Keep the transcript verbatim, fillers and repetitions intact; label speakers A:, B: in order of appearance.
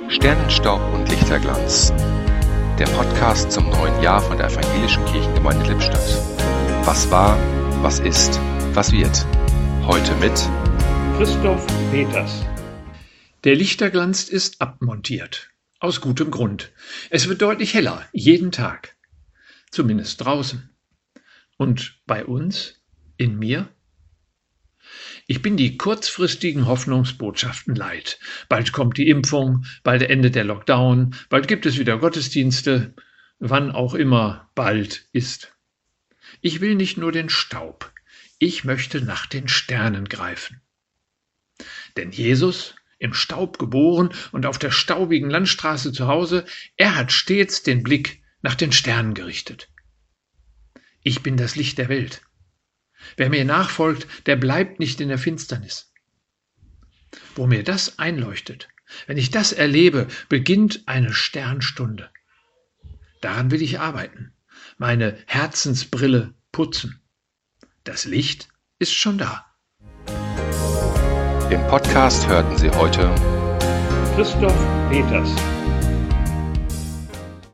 A: Sternenstaub und Lichterglanz. Der Podcast zum neuen Jahr von der Evangelischen Kirchengemeinde Lippstadt. Was war, was ist, was wird. Heute mit
B: Christoph Peters. Der Lichterglanz ist abmontiert. Aus gutem Grund. Es wird deutlich heller, jeden Tag. Zumindest draußen. Und bei uns? In mir? Ich bin die kurzfristigen Hoffnungsbotschaften leid. Bald kommt die Impfung, bald endet der Lockdown, bald gibt es wieder Gottesdienste, wann auch immer bald ist. Ich will nicht nur den Staub, ich möchte nach den Sternen greifen. Denn Jesus, im Staub geboren und auf der staubigen Landstraße zu Hause, er hat stets den Blick nach den Sternen gerichtet. Ich bin das Licht der Welt. Wer mir nachfolgt, der bleibt nicht in der Finsternis. Wo mir das einleuchtet, wenn ich das erlebe, beginnt eine Sternstunde. Daran will ich arbeiten, meine Herzensbrille putzen. Das Licht ist schon da.
A: Im Podcast hörten Sie heute
B: Christoph Peters.